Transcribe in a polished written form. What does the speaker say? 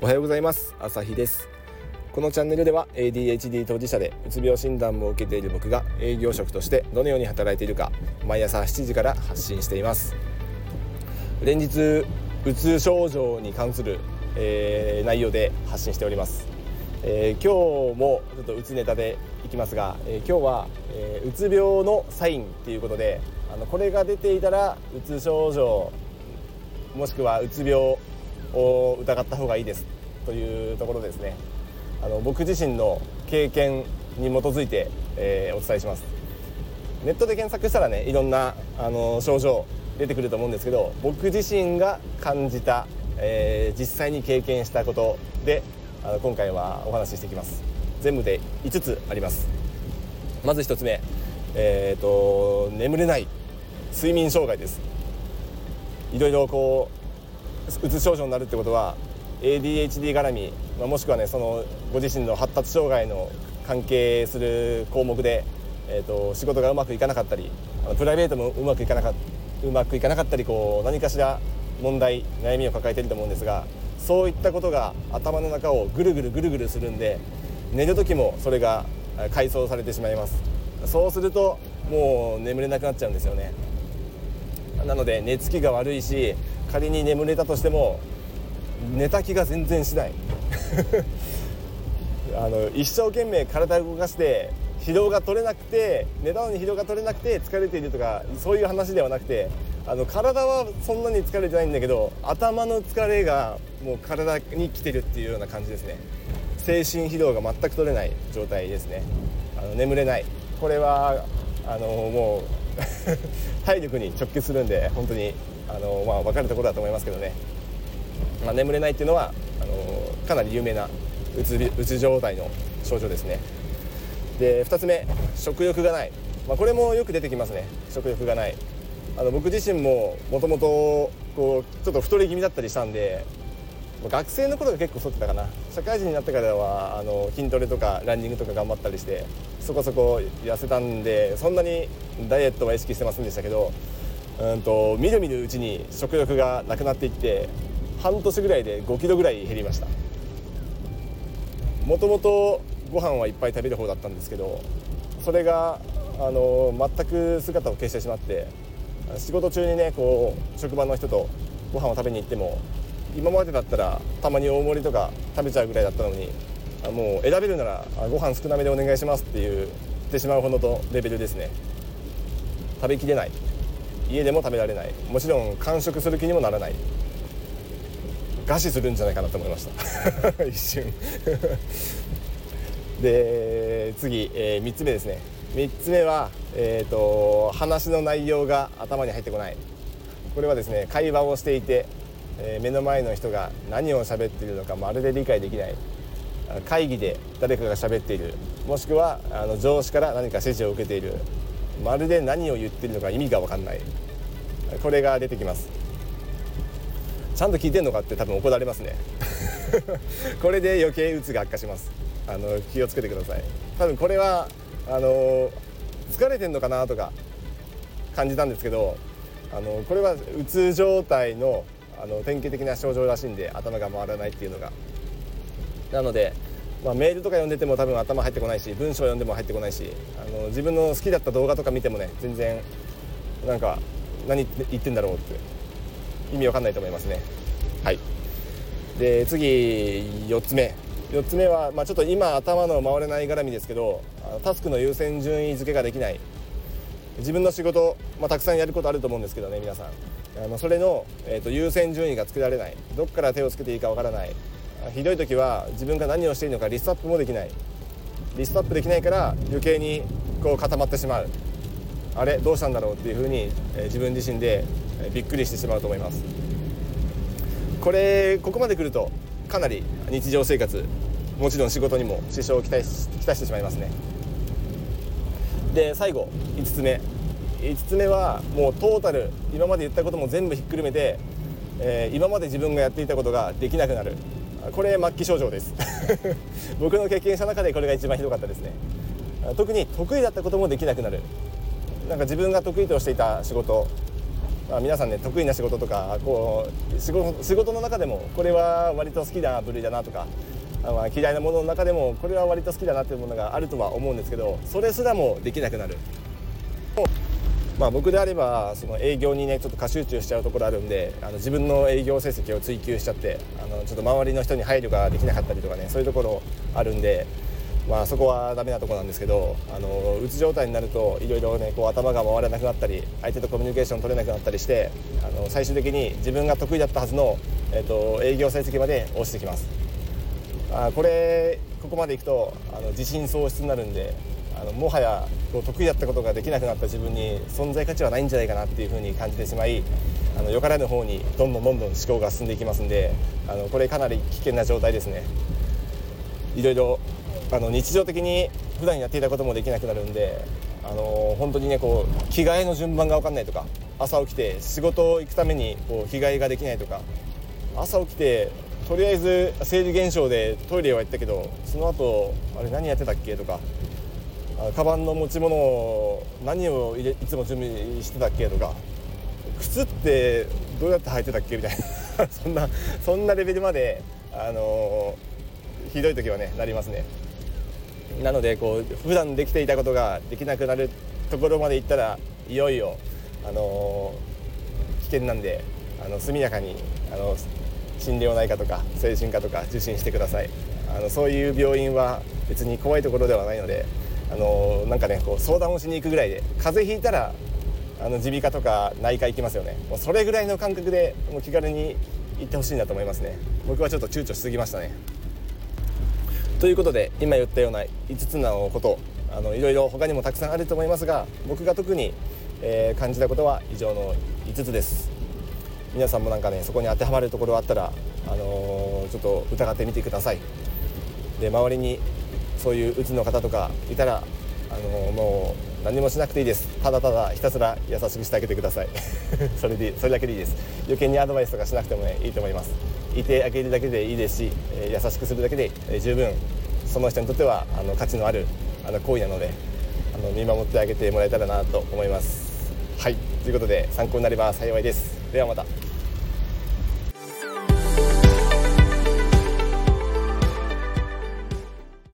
おはようございます。朝日です。このチャンネルでは ADHD 当事者でうつ病診断も受けている僕が営業職としてどのように働いているか毎朝7時から発信しています。連日うつ症状に関する、内容で発信しております。今日もちょっとうつネタでいきますが、今日は、うつ病のサインということでこれが出ていたらうつ症状もしくはうつ病を疑った方がいいですというところですね。僕自身の経験に基づいて、お伝えします。ネットで検索したらねいろんな症状出てくると思うんですけど、僕自身が感じた、実際に経験したことで今回はお話ししていきます。全部で5つあります。まず1つ目、眠れない睡眠障害です。いろいろうつ症状になるってことは ADHD 絡み、もしくはねそのご自身の発達障害の関係する項目で、仕事がうまくいかなかったりプライベートもうまくいかなかったり何かしら問題悩みを抱えていると思うんですが、そういったことが頭の中をぐるぐるするんで寝る時もそれが回想されてしまいます。そうするともう眠れなくなっちゃうんですよね。なので寝つきが悪いし、仮に眠れたとしても寝た気が全然しない一生懸命体を動かして疲労が取れなくて寝たのに疲労が取れなくて疲れているとかそういう話ではなくて、体はそんなに疲れてないんだけど頭の疲れがもう体に来てるっていうような感じですね。精神疲労が全く取れない状態ですね。眠れない、これはもう体力に直結するんで本当に分かるところだと思いますけどね。眠れないっていうのはかなり有名なうつ状態の症状ですね。で2つ目、食欲がない、これもよく出てきますね。食欲がない、僕自身ももともとちょっと太り気味だったりしたんで、学生の頃が結構太ってたかな。社会人になってからは筋トレとかランニングとか頑張ったりしてそこそこ痩せたんで、そんなにダイエットは意識してませんでしたけど、みるみるうちに食欲がなくなっていって半年ぐらいで5キロぐらい減りました。もともとご飯はいっぱい食べる方だったんですけど、それが全く姿を消してしまって、仕事中にね職場の人とご飯を食べに行っても今までだったらたまに大盛りとか食べちゃうぐらいだったのに、もう選べるならご飯少なめでお願いしますって言ってしまうほどのレベルですね。食べきれない、家でも食べられない、もちろん完食する気にもならない、餓死するんじゃないかなと思いました一瞬で次、3つ目ですね。3つ目は、話の内容が頭に入ってこない。これはですね、会話をしていて、目の前の人が何を喋っているのかまるで理解できない。会議で誰かが喋っている、もしくは上司から何か指示を受けている、まるで何を言っているのか意味が分かんない。これが出てきます。ちゃんと聞いてんのかって多分怒られますねこれで余計うつが悪化します。気をつけてください。多分これは疲れてんのかなとか感じたんですけど、これはうつ状態の典型的な症状らしいんで、頭が回らないっていうのが。なので、メールとか読んでても多分頭入ってこないし、文章読んでも入ってこないし、自分の好きだった動画とか見てもね全然なんか何言ってんだろうって意味わかんないと思いますね。はい。で次4つ目は、ちょっと今頭の回れない絡みですけど、タスクの優先順位付けができない。自分の仕事、たくさんやることあると思うんですけどね、皆さんそれの、優先順位がつけられない。どっから手をつけていいかわからない。ひどい時は自分が何をしているのかリストアップもできない。リストアップできないから余計に固まってしまう。あれどうしたんだろうっていうふうに、自分自身でびっくりしてしまうと思います。ここまで来るとかなり日常生活、もちろん仕事にも支障をきたしてしまいますね。で最後5つ目はもうトータル今まで言ったことも全部ひっくるめて、今まで自分がやっていたことができなくなる。これ末期症状です僕の経験した中でこれが一番ひどかったですね。特に得意だったこともできなくなる。なんか自分が得意としていた仕事皆さんね、得意な仕事とかこう仕事の中でもこれは割と好きな部類だなとか、嫌いなものの中でもこれは割と好きだなっていうものがあるとは思うんですけど、それすらもできなくなる。僕であればその営業にねちょっと過集中しちゃうところあるんで、自分の営業成績を追求しちゃってちょっと周りの人に配慮ができなかったりとかね、そういうところあるんで、そこはダメなところなんですけど、うつ状態になるといろいろねこう頭が回らなくなったり、相手とコミュニケーション取れなくなったりして、最終的に自分が得意だったはずの、営業成績まで落ちてきます。ここまでいくと自信喪失になるんで、もはやこう得意だったことができなくなった自分に存在価値はないんじゃないかなっていうふうに感じてしまい、よからぬ方にどんどん思考が進んでいきますんで、これかなり危険な状態ですね。いろいろ日常的に普段やっていたこともできなくなるんで、本当にねこう着替えの順番が分かんないとか、朝起きて仕事行くためにこう着替えができないとか、朝起きてとりあえず生理現象でトイレは行ったけどその後何やってたっけとか、カバンの持ち物を何をいつも準備してたっけとか、靴ってどうやって履いてたっけみたいなそんなレベルまでひどい時はねなりますね。なのでこう普段できていたことができなくなるところまでいったらいよいよ危険なんで、速やかに心療内科とか精神科とか受診してください。そういう病院は別に怖いところではないので、なんかねこう相談をしに行くぐらいで、風邪ひいたら耳鼻科とか内科行きますよね。もうそれぐらいの感覚でもう気軽に行ってほしいなと思いますね。僕はちょっと躊躇しすぎましたね。ということで今言ったような5つのこといろいろ他にもたくさんあると思いますが、僕が特に、感じたことは以上の5つです。皆さんもなんかねそこに当てはまるところがあったら、ちょっと疑ってみてください。で周りにそういううつの方とかいたらもう何もしなくていいです。ただただひたすら優しくしてあげてくださいそれだけでいいです。余計にアドバイスとかしなくてもねいいと思います。いてあげるだけでいいですし、優しくするだけで十分その人にとっては価値のある行為なので見守ってあげてもらえたらなと思います。はい、ということで参考になれば幸いです。ではまた。